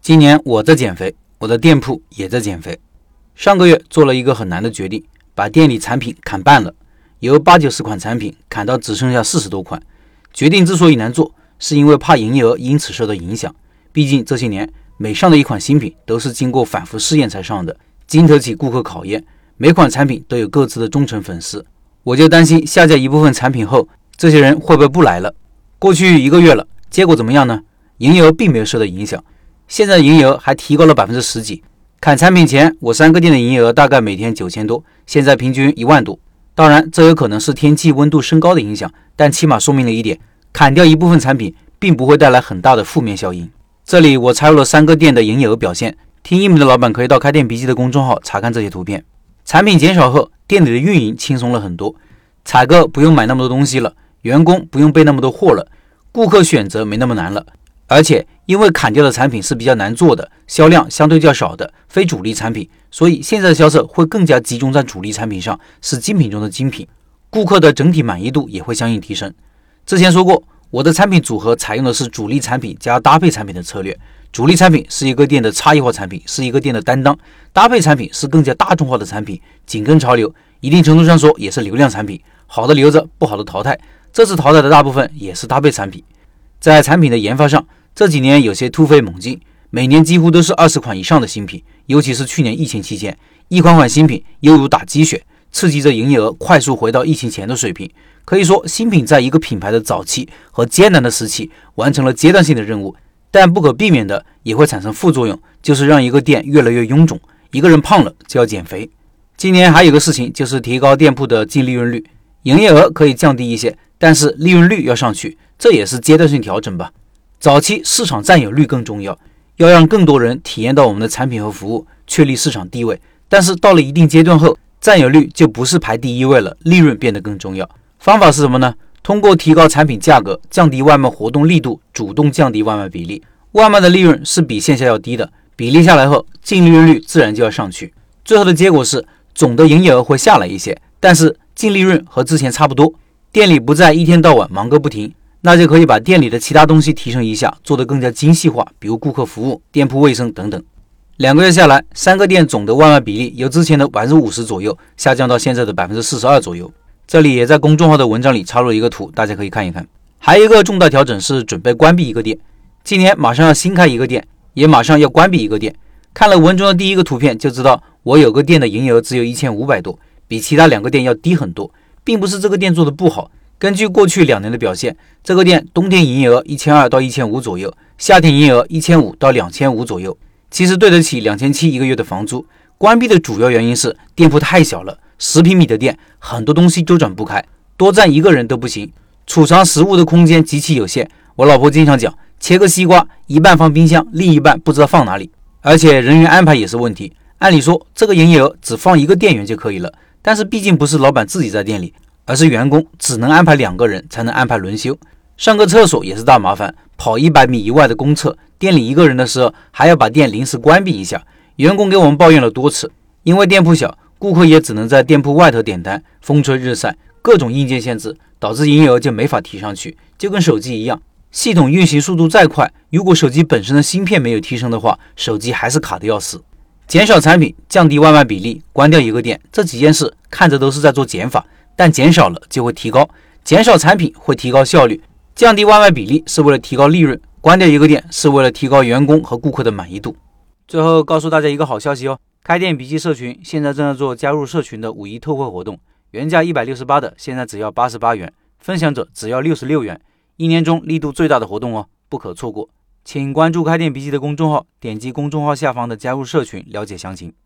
今年我在减肥，我的店铺也在减肥。上个月做了一个很难的决定，把店里产品砍半了，由80-90款产品砍到只剩下40多款。决定之所以难做，是因为怕营业额因此受到影响。毕竟这些年每上的一款新品都是经过反复试验才上的，经得起顾客考验。每款产品都有各自的忠诚粉丝，我就担心下架一部分产品后，这些人会不会不来了？过去1个月了，结果怎么样呢？营业额并没有受到影响，现在营业额还提高了10%几。砍产品前，我3个店的营业额大概每天9000多，现在平均1万多。当然，这有可能是天气温度升高的影响，但起码说明了一点，砍掉一部分产品并不会带来很大的负面效应。这里我插入了3个店的营业额表现，听音频的老板可以到开店笔记的公众号查看这些图片。产品减少后，店里的运营轻松了很多，采购不用买那么多东西了，员工不用备那么多货了，顾客选择没那么难了。而且因为砍掉的产品是比较难做的，销量相对较少的非主力产品，所以现在的销售会更加集中在主力产品上，是精品中的精品，顾客的整体满意度也会相应提升。之前说过，我的产品组合采用的是主力产品加搭配产品的策略。主力产品是一个店的差异化产品，是一个店的担当；搭配产品是更加大众化的产品，紧跟潮流，一定程度上说也是流量产品，好的留着，不好的淘汰。这次淘汰的大部分也是搭配产品。在产品的研发上，这几年有些突飞猛进，每年几乎都是20款以上的新品，尤其是去年疫情期间，一款款新品犹如打鸡血，刺激着营业额快速回到疫情前的水平。可以说，新品在一个品牌的早期和艰难的时期完成了阶段性的任务，但不可避免的也会产生副作用，就是让一个店越来越臃肿。一个人胖了就要减肥。今年还有个事情，就是提高店铺的净利润率，营业额可以降低一些，但是利润率要上去，这也是阶段性调整吧。早期市场占有率更重要，要让更多人体验到我们的产品和服务，确立市场地位。但是到了一定阶段后，占有率就不是排第一位了，利润变得更重要。方法是什么呢？通过提高产品价格，降低外卖活动力度，主动降低外卖比例。外卖的利润是比线下要低的，比例下来后，净利润率自然就要上去。最后的结果是，总的营业额会下来一些，但是净利润和之前差不多。店里不再一天到晚忙个不停，那就可以把店里的其他东西提升一下，做得更加精细化，比如顾客服务、店铺卫生等等。2个月下来，3个店总的外卖比例由之前的50%左右下降到现在的42%左右。这里也在公众号的文章里插入一个图，大家可以看一看。还有一个重大调整是准备关闭一个店，今年马上要新开一个店，也马上要关闭一个店。看了文中的第一个图片就知道，我有个店的营业额只有1500多，比其他2个店要低很多，并不是这个店做的不好。根据过去2年的表现，这个店冬天营业额1200到1500左右，夏天营业额1500到2500左右，其实对得起2700一个月的房租。关闭的主要原因是店铺太小了，10平米的店，很多东西周转不开，多站1个人都不行，储藏食物的空间极其有限。我老婆经常讲，切个西瓜，一半放冰箱，另一半不知道放哪里。而且人员安排也是问题，按理说这个营业额只放1个店员就可以了，但是毕竟不是老板自己在店里，而是员工，只能安排2个人，才能安排轮休。上个厕所也是大麻烦，跑100米以外的公厕，店里1个人的时候还要把店临时关闭一下。员工给我们抱怨了多次，因为店铺小，顾客也只能在店铺外头点单，风吹日晒，各种硬件限制，导致营业额就没法提上去。就跟手机一样，系统运行速度再快，如果手机本身的芯片没有提升的话，手机还是卡得要死。减少产品，降低外卖比例，关掉一个店，这几件事看着都是在做减法，但减少了就会提高。减少产品会提高效率，降低外卖比例是为了提高利润，关掉一个店是为了提高员工和顾客的满意度。最后告诉大家一个好消息哦，开店笔记社群现在正在做加入社群的5一特惠活动，原价168的现在只要88元，分享者只要66元，1年中力度最大的活动哦，不可错过。请关注开店笔记的公众号，点击公众号下方的加入社群了解详情。